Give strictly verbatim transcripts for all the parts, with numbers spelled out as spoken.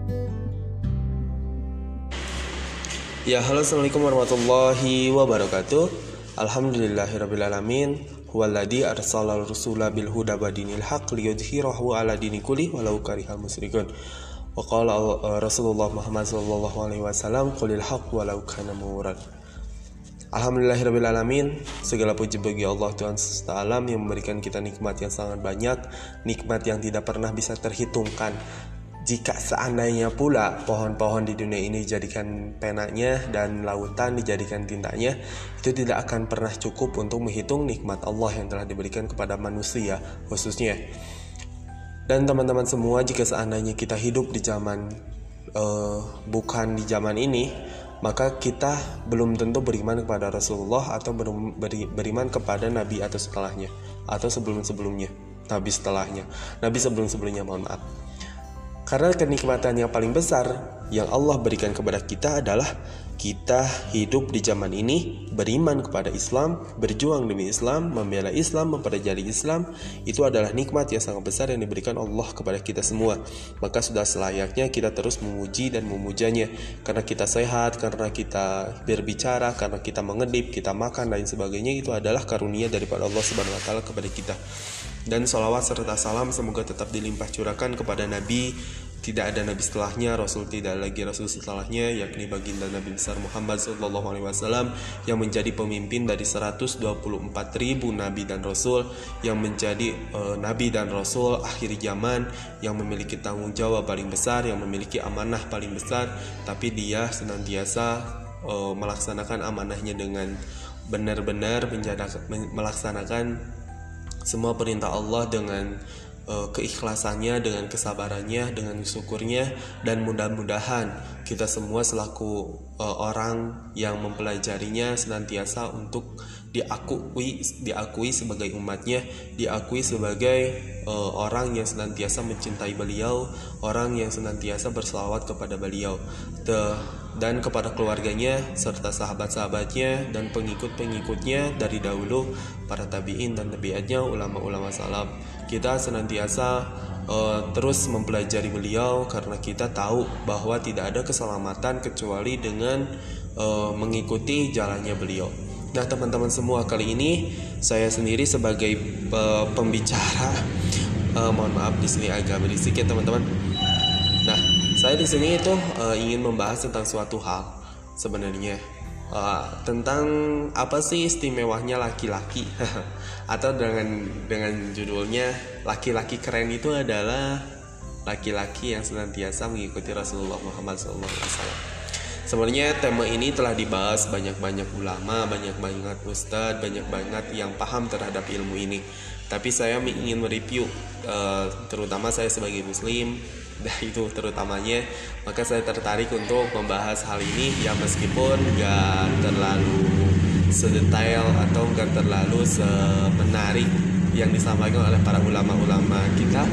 Ya, halo, assalamualaikum warahmatullahi wabarakatuh. Alhamdulillahirrabbilalamin. Huwaladzi arsalal rusula bil huda wa dinil haq liyudhhirahu ala dini kulli walau karihal musyrikun. Wa qala Rasulullah Muhammad sallallahu alaihi wasallam qulil haq walau kana murad. Alhamdulillahirrabbilalamin. Segala puji bagi Allah Tuhan semesta alam yang memberikan kita nikmat yang sangat banyak, nikmat yang tidak pernah bisa terhitungkan. Jika seandainya pula pohon-pohon di dunia ini dijadikan penanya dan lautan dijadikan tintanya, itu tidak akan pernah cukup untuk menghitung nikmat Allah yang telah diberikan kepada manusia khususnya. Dan teman-teman semua, jika seandainya kita hidup di zaman uh, bukan di zaman ini, maka kita belum tentu beriman kepada Rasulullah atau beri, beriman kepada Nabi atau setelahnya, atau sebelum-sebelumnya, Nabi setelahnya, Nabi sebelum-sebelumnya, mohon maaf. Karena kenikmatan yang paling besar yang Allah berikan kepada kita adalah kita hidup di zaman ini, beriman kepada Islam, berjuang demi Islam, membela Islam, mempelajari Islam. Itu adalah nikmat yang sangat besar yang diberikan Allah kepada kita semua. Maka sudah selayaknya kita terus memuji dan memujanya. Karena kita sehat, karena kita berbicara, karena kita mengedip, kita makan, dan sebagainya. Itu adalah karunia daripada Allah Subhanahu wa Ta'ala kepada kita. Dan salawat serta salam semoga tetap dilimpah curahkan kepada Nabi. Tidak ada Nabi setelahnya, Rasul tidak lagi Rasul setelahnya, yakni baginda Nabi besar Muhammad sallallahu alaihi wasallam yang menjadi pemimpin dari seratus dua puluh empat ribu Nabi dan Rasul, yang menjadi uh, Nabi dan Rasul akhir zaman, yang memiliki tanggung jawab paling besar, yang memiliki amanah paling besar, tapi dia senantiasa uh, melaksanakan amanahnya dengan benar-benar melaksanakan semua perintah Allah dengan uh, keikhlasannya, dengan kesabarannya, dengan syukurnya. Dan mudah-mudahan kita semua selaku uh, orang yang mempelajarinya senantiasa untuk diakui diakui sebagai umatnya, diakui sebagai uh, orang yang senantiasa mencintai beliau, orang yang senantiasa berselawat kepada beliau, The, dan kepada keluarganya serta sahabat-sahabatnya dan pengikut-pengikutnya dari dahulu, para tabi'in dan tabi'atnya, ulama-ulama salaf. Kita senantiasa uh, terus mempelajari beliau karena kita tahu bahwa tidak ada keselamatan kecuali dengan uh, mengikuti jalannya beliau. Nah, teman-teman semua, kali ini saya sendiri sebagai uh, pembicara, uh, mohon maaf di sini agak berisik ya teman-teman. Nah, saya di sini itu uh, ingin membahas tentang suatu hal sebenarnya, uh, tentang apa sih istimewanya laki-laki atau dengan dengan judulnya laki-laki keren itu adalah laki-laki yang senantiasa mengikuti Rasulullah Muhammad sallallahu alaihi wasallam. Sebenarnya tema ini telah dibahas banyak-banyak ulama, banyak-banyak ustadz, banyak banget yang paham terhadap ilmu ini. Tapi saya ingin mereview, uh, terutama saya sebagai muslim, nah itu terutamanya, maka saya tertarik untuk membahas hal ini ya, meskipun gak terlalu sedetail atau gak terlalu semenarik yang disampaikan oleh para ulama-ulama kita,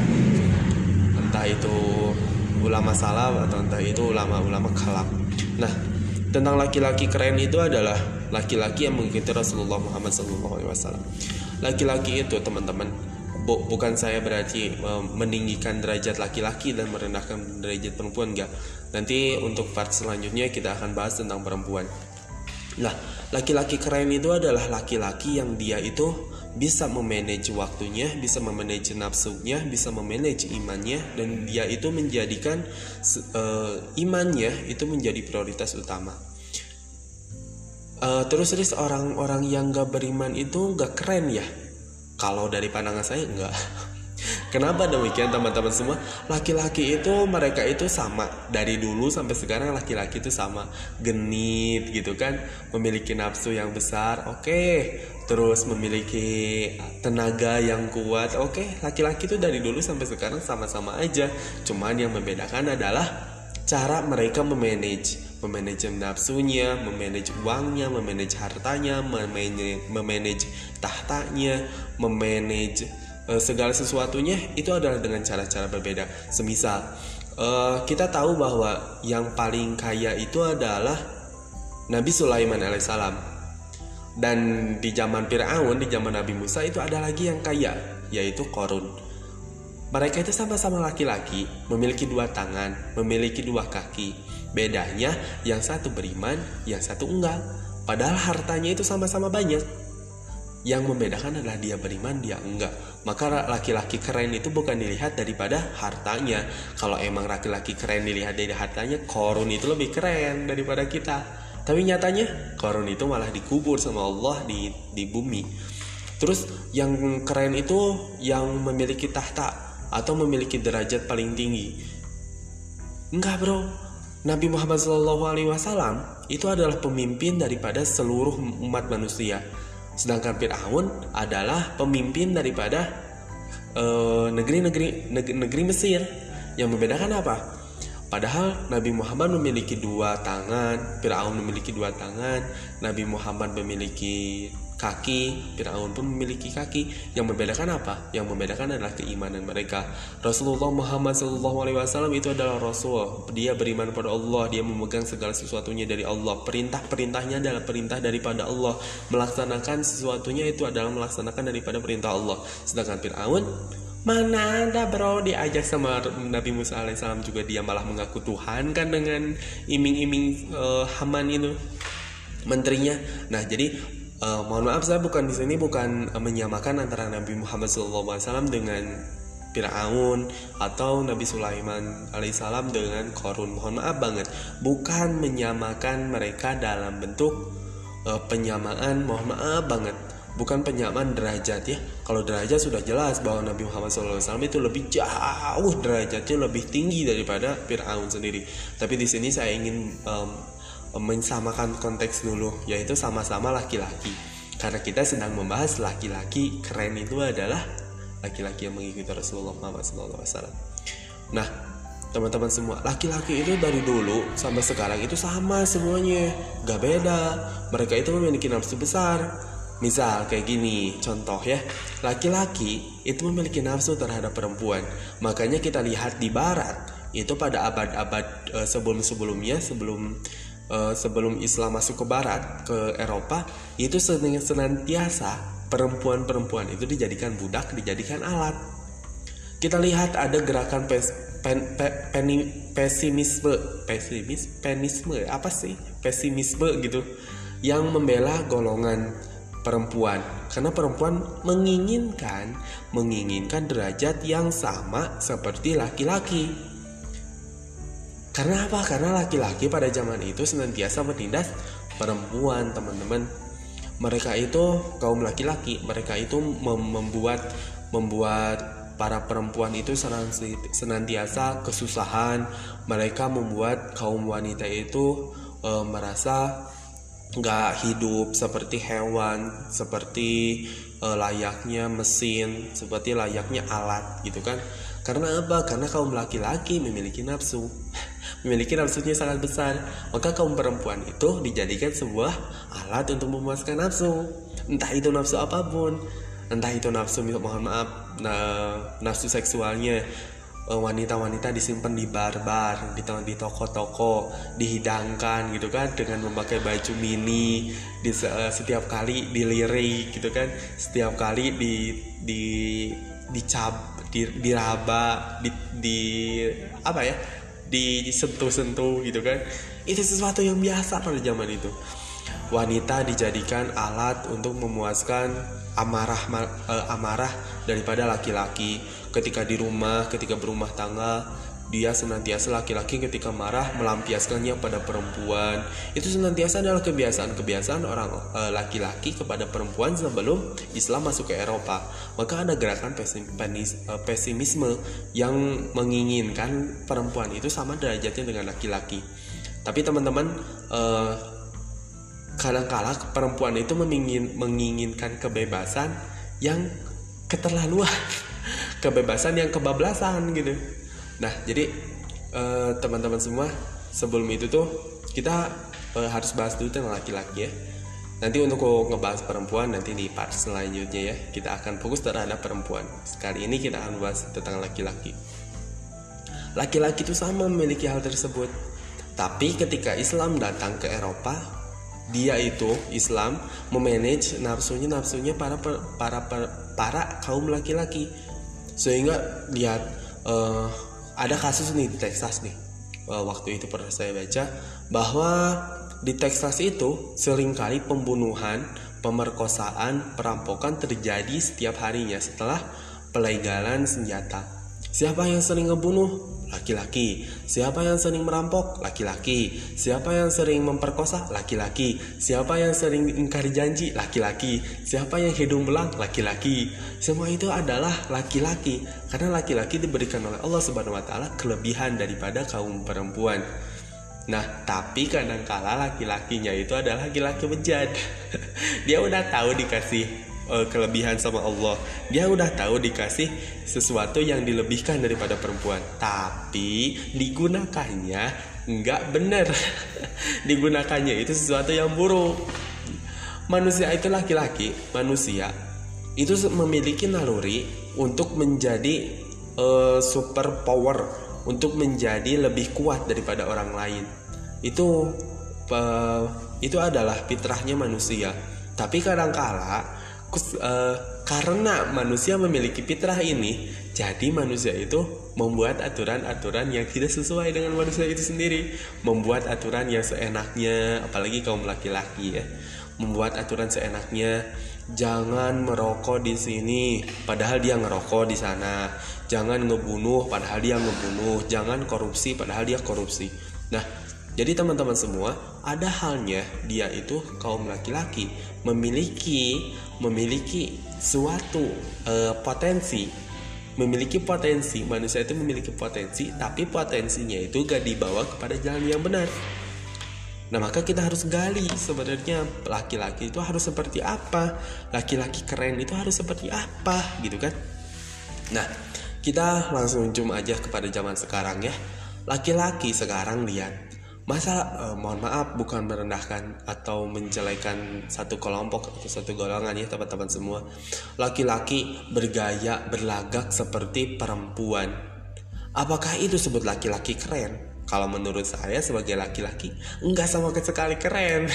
entah itu ulama salaf atau entah itu ulama-ulama khalaf. Nah, tentang laki-laki keren itu adalah laki-laki yang mengikuti Rasulullah Muhammad sallallahu alaihi wasallam. Laki-laki itu, teman-teman, bu- bukan saya berarti uh, meninggikan derajat laki-laki dan merendahkan derajat perempuan, enggak. Nanti untuk part selanjutnya kita akan bahas tentang perempuan. Nah, laki-laki keren itu adalah laki-laki yang dia itu bisa memanage waktunya, bisa memanage nafsunya, bisa memanage imannya, dan dia itu menjadikan uh, imannya itu menjadi prioritas utama. Uh, terus terus orang-orang yang gak beriman itu gak keren ya? Kalau dari pandangan saya enggak. Kenapa demikian teman-teman semua? Laki-laki itu mereka itu sama dari dulu sampai sekarang, laki-laki itu sama, genit gitu kan, memiliki nafsu yang besar, oke, okay. Terus memiliki tenaga yang kuat, oke, okay. Laki-laki itu dari dulu sampai sekarang sama-sama aja. Cuman yang membedakan adalah cara mereka memanage, memanage nafsunya, memanage uangnya, memanage hartanya, memanage, memanage tahtanya, memanage segala sesuatunya itu adalah dengan cara-cara berbeda. Semisal uh, kita tahu bahwa yang paling kaya itu adalah Nabi Sulaiman alaihissalam, dan di zaman Fir'aun, di zaman Nabi Musa itu ada lagi yang kaya, yaitu Qarun. Mereka itu sama-sama laki-laki, memiliki dua tangan, memiliki dua kaki. Bedanya yang satu beriman, yang satu enggak. Padahal hartanya itu sama-sama banyak. Yang membedakan adalah dia beriman, dia enggak. Maka laki-laki keren itu bukan dilihat daripada hartanya. Kalau emang laki-laki keren dilihat dari hartanya, Qarun itu lebih keren daripada kita. Tapi nyatanya Qarun itu malah dikubur sama Allah di di bumi. Terus yang keren itu yang memiliki tahta atau memiliki derajat paling tinggi. Enggak, bro. Nabi Muhammad shallallahu alaihi wasallam itu adalah pemimpin daripada seluruh umat manusia. Sedangkan Fir'aun adalah pemimpin daripada uh, negeri-negeri negeri, negeri Mesir. Yang membedakan apa? Padahal Nabi Muhammad memiliki dua tangan, Fir'aun memiliki dua tangan, Nabi Muhammad memiliki kaki, Fir'aun pun memiliki kaki. Yang membedakan apa? Yang membedakan adalah keimanan mereka. Rasulullah Muhammad shallallahu alaihi wasallam itu adalah Rasul. Dia beriman pada Allah, dia memegang segala sesuatunya dari Allah. Perintah-perintahnya adalah perintah daripada Allah. Melaksanakan sesuatunya itu adalah melaksanakan daripada perintah Allah. Sedangkan Fir'aun, mana ada, bro, diajak sama Nabi Musa alaihissalam juga dia malah mengaku Tuhan kan dengan iming-iming uh, Haman itu, menterinya. Nah, jadi Uh, mohon maaf, saya bukan di sini bukan uh, menyamakan antara Nabi Muhammad shallallahu alaihi wasallam dengan Fir'aun atau Nabi Sulaiman alaihissalam dengan Qarun. Mohon maaf banget, bukan menyamakan mereka dalam bentuk uh, penyamaan. Mohon maaf banget, bukan penyamaan derajat ya. Kalau derajat sudah jelas bahwa Nabi Muhammad shallallahu alaihi wasallam itu lebih jauh derajatnya, lebih tinggi daripada Fir'aun sendiri. Tapi di sini saya ingin um, mensamakan konteks dulu, yaitu sama-sama laki-laki. Karena kita sedang membahas laki-laki keren itu adalah laki-laki yang mengikuti Rasulullah Muhammad shallallahu alaihi wasallam. Nah, teman-teman semua, laki-laki itu dari dulu sampai sekarang itu sama semuanya, gak beda. Mereka itu memiliki nafsu besar. Misal kayak gini, contoh ya, laki-laki itu memiliki nafsu terhadap perempuan. Makanya kita lihat di Barat itu pada abad-abad uh, sebelum-sebelumnya, sebelum Uh, sebelum Islam masuk ke Barat, ke Eropa, itu senantiasa perempuan-perempuan itu dijadikan budak, dijadikan alat. Kita lihat ada gerakan pes, pen, pe, peni, pesimisme, pesimis, penisme, apa sih? Pesimisme gitu, yang membela golongan perempuan, karena perempuan menginginkan, menginginkan derajat yang sama seperti laki-laki. Karena apa? Karena laki-laki pada zaman itu senantiasa menindas perempuan, teman-teman. Mereka itu kaum laki-laki, mereka itu mem- membuat membuat para perempuan itu senantiasa kesusahan. Mereka membuat kaum wanita itu e, merasa nggak hidup seperti hewan, seperti e, layaknya mesin, seperti layaknya alat gitu kan. Karena apa? Karena kaum laki-laki memiliki nafsu, memiliki nafsunya sangat besar. Maka kaum perempuan itu dijadikan sebuah alat untuk memuaskan nafsu. Entah itu nafsu apapun, entah itu nafsu, mohon maaf, nah, nafsu seksualnya. Wanita-wanita disimpan di bar-bar, di, di toko-toko, dihidangkan gitu kan, dengan memakai baju mini, di, uh, setiap kali dilirik gitu kan, setiap kali di di dicap, di, diraba, di, di apa ya, disentuh-sentuh gitu kan. Itu sesuatu yang biasa pada zaman itu. Wanita dijadikan alat untuk memuaskan amarah uh, amarah daripada laki-laki. Ketika di rumah, ketika berumah tangga, dia senantiasa laki-laki ketika marah melampiaskannya pada perempuan. Itu senantiasa adalah kebiasaan-kebiasaan orang uh, laki-laki kepada perempuan sebelum Islam masuk ke Eropa. Maka ada gerakan pesimis, uh, pesimisme yang menginginkan perempuan itu sama derajatnya dengan laki-laki. Tapi teman-teman, uh, kadang-kala perempuan itu mengingin, menginginkan kebebasan yang keterlaluan, kebebasan yang kebablasan gitu. Nah, jadi eh, teman-teman semua, sebelum itu tuh kita eh, harus bahas dulu tentang laki-laki ya. Nanti untuk ngebahas perempuan nanti di part selanjutnya ya, kita akan fokus terhadap perempuan. Sekali ini kita akan bahas tentang laki-laki. Laki-laki itu sama memiliki hal tersebut. Tapi ketika Islam datang ke Eropa, dia itu Islam memanage nafsunya nafsunya para para para, para kaum laki-laki. Sehingga lihat uh, ada kasus nih di Texas nih, uh, waktu itu pernah saya baca bahwa di Texas itu seringkali pembunuhan, pemerkosaan, perampokan terjadi setiap harinya setelah pelegalan senjata. Siapa yang sering ngebunuh? Laki-laki. Siapa yang sering merampok? Laki-laki. Siapa yang sering memperkosa? Laki-laki. Siapa yang sering ingkar janji? Laki-laki. Siapa yang hidung belang? Laki-laki. Semua itu adalah laki-laki, karena laki-laki diberikan oleh Allah Subhanahu wa taala kelebihan daripada kaum perempuan. Nah, tapi kadangkala laki-lakinya itu adalah laki-laki bejat. Dia udah tahu dikasih kelebihan sama Allah, dia udah tahu dikasih sesuatu yang dilebihkan daripada perempuan, tapi digunakannya nggak benar. Digunakannya itu sesuatu yang buruk. Manusia itu laki-laki, manusia itu memiliki naluri untuk menjadi uh, super power, untuk menjadi lebih kuat daripada orang lain. Itu uh, itu adalah fitrahnya manusia. Tapi kadangkala Uh, karena manusia memiliki fitrah ini, jadi manusia itu membuat aturan-aturan yang tidak sesuai dengan manusia itu sendiri, membuat aturan yang seenaknya, apalagi kaum laki-laki ya, membuat aturan seenaknya. Jangan merokok di sini, padahal dia ngerokok di sana. Jangan ngebunuh, padahal dia ngebunuh. Jangan korupsi, padahal dia korupsi. Nah, jadi teman-teman semua, ada halnya dia itu kaum laki-laki memiliki memiliki suatu uh, potensi, memiliki potensi manusia itu memiliki potensi, tapi potensinya itu gak dibawa kepada jalan yang benar. Nah, maka kita harus gali sebenarnya laki-laki itu harus seperti apa, laki-laki keren itu harus seperti apa, gitu kan? Nah, kita langsung zoom aja kepada zaman sekarang ya. Laki-laki sekarang lihat. Masa eh, mohon maaf bukan merendahkan atau menjelekan satu kelompok atau satu golongan ya teman-teman semua. Laki-laki bergaya berlagak seperti perempuan. Apakah itu sebut laki-laki keren? Kalau menurut saya sebagai laki-laki enggak sama sekali keren.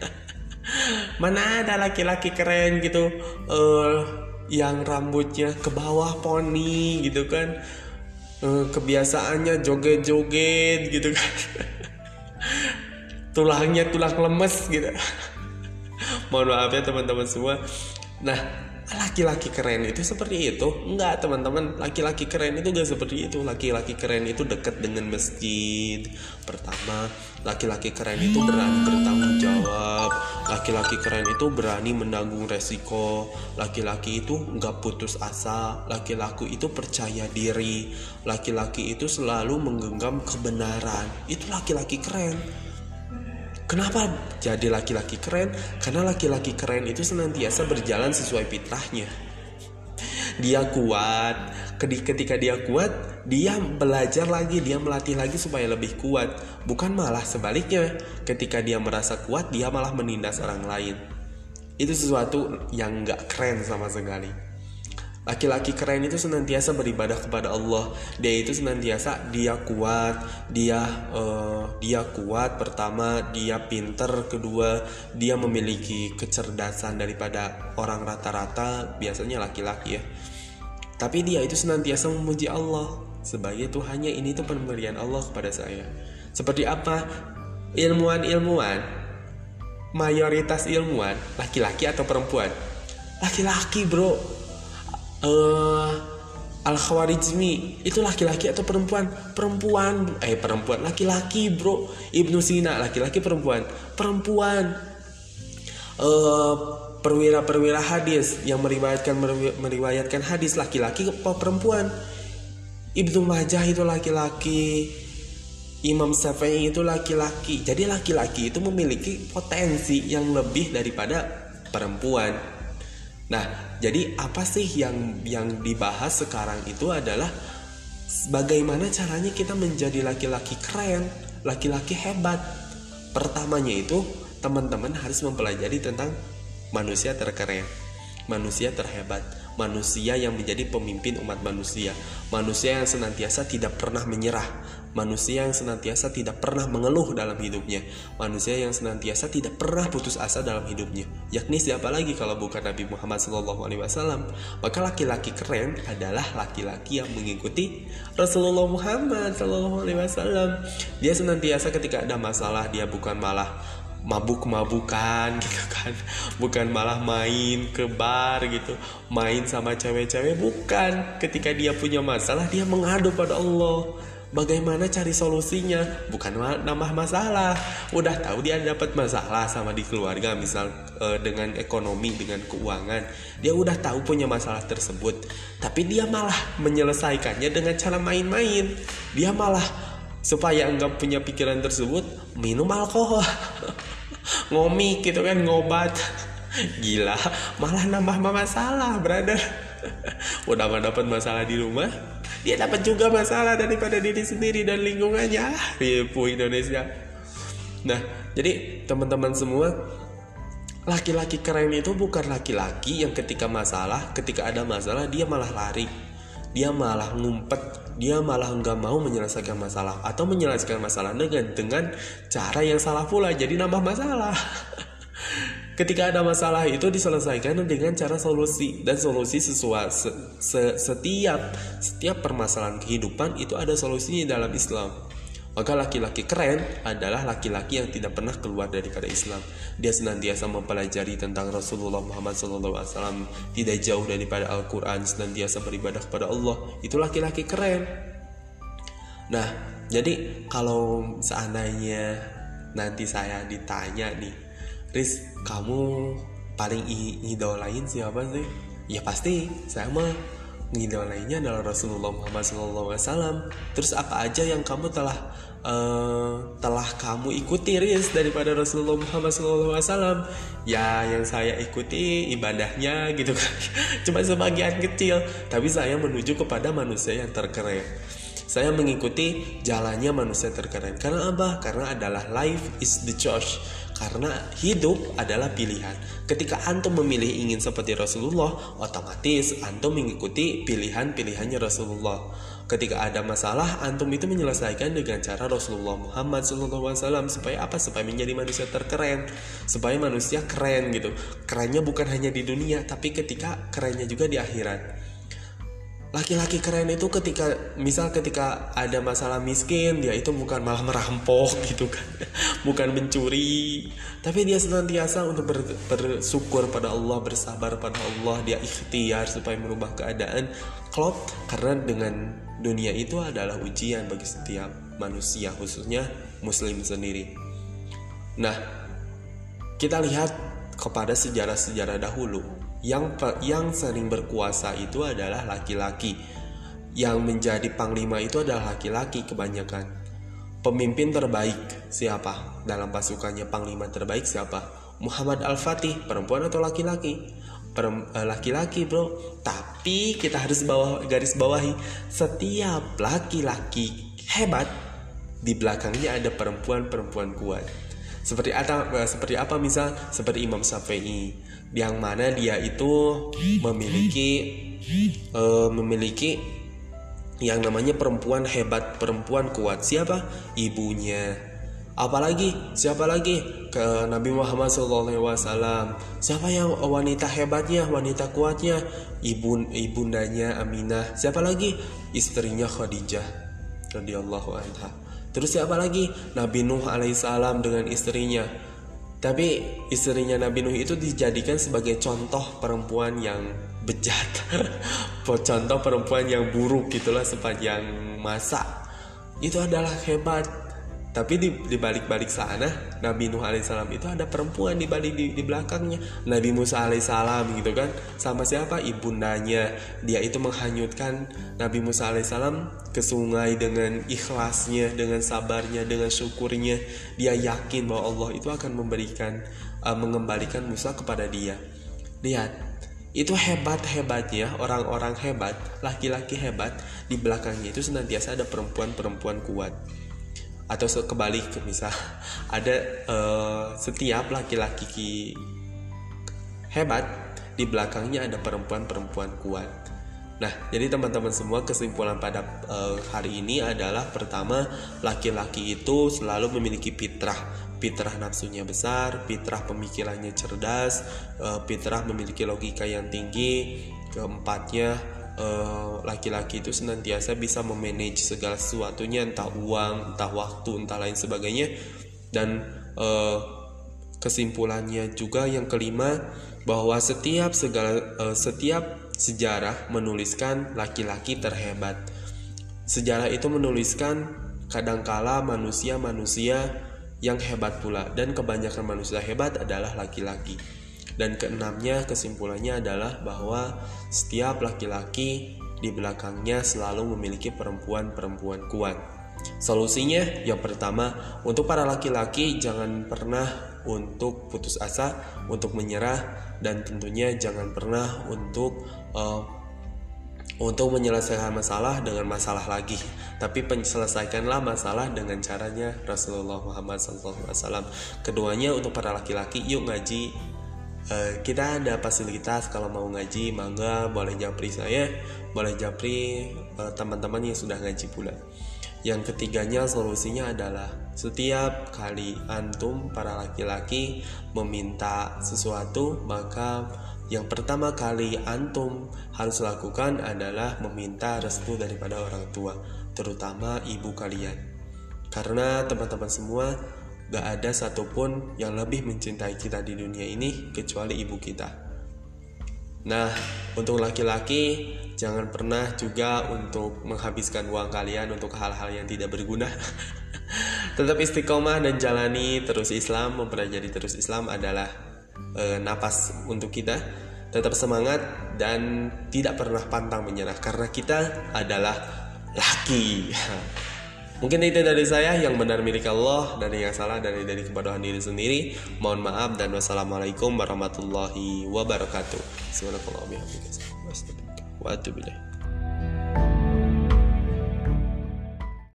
Mana ada laki-laki keren gitu uh, yang rambutnya ke bawah poni gitu kan, uh, kebiasaannya joget-joget gitu kan. Tulangnya tulang lemes gitu. Mohon maaf ya teman-teman semua. Nah, laki-laki keren itu seperti itu? Enggak teman-teman, laki-laki keren itu gak seperti itu. Laki-laki keren itu dekat dengan masjid. Pertama, laki-laki keren itu berani bertanggung jawab. Laki-laki keren itu berani menanggung resiko. Laki-laki itu gak putus asa. Laki-laki itu percaya diri. Laki-laki itu selalu menggenggam kebenaran. Itu laki-laki keren. Kenapa jadi laki-laki keren? Karena laki-laki keren itu senantiasa berjalan sesuai fitrahnya. Dia kuat. Ketika dia kuat, dia belajar lagi, dia melatih lagi supaya lebih kuat. Bukan malah sebaliknya. Ketika dia merasa kuat, dia malah menindas orang lain. Itu sesuatu yang gak keren sama sekali. Laki-laki keren itu senantiasa beribadah kepada Allah. Dia itu senantiasa dia kuat, dia uh, dia kuat. Pertama, dia pinter. Kedua, dia memiliki kecerdasan daripada orang rata-rata, biasanya laki-laki ya. Tapi dia itu senantiasa memuji Allah sebagai Tuhannya. Ini tuh pemberian Allah kepada saya. Seperti apa? Ilmuwan-ilmuwan, mayoritas ilmuwan laki-laki atau perempuan? Laki-laki, bro. Uh, Al-Khawarizmi itu laki-laki atau perempuan? Perempuan. Eh perempuan, laki-laki, bro. Ibnu Sina laki-laki perempuan? Perempuan. Uh, perwira-perwira hadis yang meriwayatkan meriwayatkan hadis laki-laki apa perempuan? Ibnu Majah itu laki-laki. Imam Syafi'i itu laki-laki. Jadi laki-laki itu memiliki potensi yang lebih daripada perempuan. Nah, jadi apa sih yang yang dibahas sekarang itu adalah bagaimana caranya kita menjadi laki-laki keren, laki-laki hebat. Pertamanya itu teman-teman harus mempelajari tentang manusia terkeren, manusia terhebat, manusia yang menjadi pemimpin umat manusia, manusia yang senantiasa tidak pernah menyerah, manusia yang senantiasa tidak pernah mengeluh dalam hidupnya, manusia yang senantiasa tidak pernah putus asa dalam hidupnya. Yakni siapa lagi kalau bukan Nabi Muhammad shallallahu alaihi wasallam? Maka laki-laki keren adalah laki-laki yang mengikuti Rasulullah Muhammad shallallahu alaihi wasallam. Dia senantiasa ketika ada masalah, dia bukan malah mabuk-mabukan gitu kan, bukan malah main ke bar gitu, main sama cewek-cewek, bukan. Ketika dia punya masalah, dia mengadu pada Allah. Bagaimana cari solusinya? Bukan nambah masalah. Udah tahu dia dapat masalah sama di keluarga, misal e, dengan ekonomi, dengan keuangan, dia udah tahu punya masalah tersebut, tapi dia malah menyelesaikannya dengan cara main-main. Dia malah supaya enggak punya pikiran tersebut, minum alkohol, ngomik gitu kan, ngobat. Gila, malah nambah masalah, brother. Udah gak dapat masalah di rumah, dia dapat juga masalah daripada diri sendiri dan lingkungannya. Ribu Indonesia. Nah, jadi teman-teman semua, laki-laki keren itu bukan laki-laki yang ketika masalah, ketika ada masalah dia malah lari, dia malah ngumpet, dia malah nggak mau menyelesaikan masalah, atau menyelesaikan masalah dengan dengan cara yang salah pula, jadi nambah masalah. Ketika ada masalah itu diselesaikan dengan cara solusi, dan solusi sesuai se, se, setiap setiap permasalahan kehidupan itu ada solusinya dalam Islam. Maka laki-laki keren adalah laki-laki yang tidak pernah keluar daripada Islam. Dia senantiasa mempelajari tentang Rasulullah Muhammad shallallahu alaihi wasallam, tidak jauh daripada Al-Quran, senantiasa beribadah kepada Allah. Itu laki-laki keren. Nah, jadi kalau seandainya nanti saya ditanya nih, Riz, kamu paling ngidolain siapa sih? Ya pasti saya mah ngidolainya adalah Rasulullah Muhammad shallallahu alaihi wasallam. Terus apa aja yang kamu telah uh, telah kamu ikuti, Riz, daripada Rasulullah Muhammad shallallahu alaihi wasallam? Ya, yang saya ikuti ibadahnya gitu kan. Cuma sebagian kecil, tapi saya menuju kepada manusia yang terkeren. Saya mengikuti jalannya manusia terkeren. Karena apa? Karena adalah life is the choice. Karena hidup adalah pilihan. Ketika antum memilih ingin seperti Rasulullah, otomatis antum mengikuti pilihan-pilihannya Rasulullah. Ketika ada masalah, antum itu menyelesaikan dengan cara Rasulullah Muhammad shallallahu alaihi wasallam. Supaya apa? Supaya menjadi manusia terkeren, supaya manusia keren gitu. Kerennya bukan hanya di dunia, tapi ketika kerennya juga di akhirat. Laki-laki keren itu ketika misal ketika ada masalah miskin, dia itu bukan malah merampok gitu kan, bukan mencuri, tapi dia senantiasa untuk ber, bersyukur pada Allah, bersabar pada Allah, dia ikhtiar supaya merubah keadaan. Klop, karena dengan dunia itu adalah ujian bagi setiap manusia, khususnya muslim sendiri. Nah, kita lihat kepada sejarah-sejarah dahulu. Yang yang sering berkuasa itu adalah laki-laki. Yang menjadi panglima itu adalah laki-laki kebanyakan. Pemimpin terbaik siapa? Dalam pasukannya panglima terbaik siapa? Muhammad Al-Fatih, perempuan atau laki-laki? Perem, eh, laki-laki, bro. Tapi kita harus bawah, garis bawahi, setiap laki-laki hebat di belakangnya ada perempuan-perempuan kuat. Seperti apa? Seperti apa misal? Seperti Imam Syafi'i, yang mana dia itu memiliki uh, memiliki yang namanya perempuan hebat, perempuan kuat. Siapa? Ibunya. Apalagi? Siapa lagi? Ke Nabi Muhammad shallallahu alaihi wasallam. Siapa yang wanita hebatnya, wanita kuatnya? Ibu ibundanya Aminah. Siapa lagi? Istrinya Khadijah radhiyallahu anha. Terus siapa lagi? Nabi Nuh alaihissalam dengan istrinya. Tapi istrinya Nabi Nuh itu dijadikan sebagai contoh perempuan yang bejat, contoh perempuan yang buruk gitulah sepanjang masa. Itu adalah hebat. Tapi di, di balik-balik sana, Nabi Nuh alaihissalam itu ada perempuan di balik di, di belakangnya. Nabi Musa alaihissalam gitu kan, sama siapa? Ibundanya. Dia itu menghanyutkan Nabi Musa alaihissalam ke sungai dengan ikhlasnya, dengan sabarnya, dengan syukurnya. Dia yakin bahwa Allah itu akan memberikan, uh, mengembalikan Musa kepada dia. Lihat, itu hebat-hebatnya orang-orang hebat, laki-laki hebat, di belakangnya itu senantiasa ada perempuan-perempuan kuat. Atau kebalik, misal ada uh, setiap laki-laki hebat di belakangnya ada perempuan-perempuan kuat. Nah, jadi teman-teman semua, kesimpulan pada uh, hari ini adalah pertama, laki-laki itu selalu memiliki fitrah, fitrah nafsunya besar, fitrah pemikirannya cerdas, uh, fitrah memiliki logika yang tinggi. Keempatnya, uh, laki-laki itu senantiasa bisa memanage segala sesuatunya, entah uang, entah waktu, entah lain sebagainya. Dan uh, kesimpulannya juga yang kelima, bahwa setiap segala uh, setiap sejarah menuliskan laki-laki terhebat. Sejarah itu menuliskan kadangkala manusia-manusia yang hebat pula, dan kebanyakan manusia hebat adalah laki-laki. Dan keenamnya, kesimpulannya adalah bahwa setiap laki-laki di belakangnya selalu memiliki perempuan-perempuan kuat. Solusinya yang pertama, untuk para laki-laki jangan pernah untuk putus asa, untuk menyerah, dan tentunya jangan pernah untuk uh, untuk menyelesaikan masalah dengan masalah lagi, tapi selesaikanlah masalah dengan caranya Rasulullah Muhammad shallallahu alaihi wasallam. Keduanya, untuk para laki-laki, yuk ngaji. Uh, kita ada fasilitas, kalau mau ngaji mangga, boleh japri saya, boleh japri uh, teman-teman yang sudah ngaji pula. Yang ketiganya, solusinya adalah setiap kali antum para laki-laki meminta sesuatu, maka yang pertama kali antum harus lakukan adalah meminta restu daripada orang tua, terutama ibu kalian. Karena teman-teman semua, gak ada satupun yang lebih mencintai kita di dunia ini kecuali ibu kita. Nah, untuk laki-laki, jangan pernah juga untuk menghabiskan uang kalian untuk hal-hal yang tidak berguna. Tetap istiqomah dan jalani terus Islam. Mempelajari terus Islam adalah e, napas untuk kita. Tetap semangat dan tidak pernah pantang menyerah, karena kita adalah laki. Mungkin itu dari saya, yang benar milik Allah dan yang salah dari dari kebodohan diri sendiri. Mohon maaf dan wassalamualaikum warahmatullahi wabarakatuh. Subhanallah wa bihamdihi wa atubu ilaik.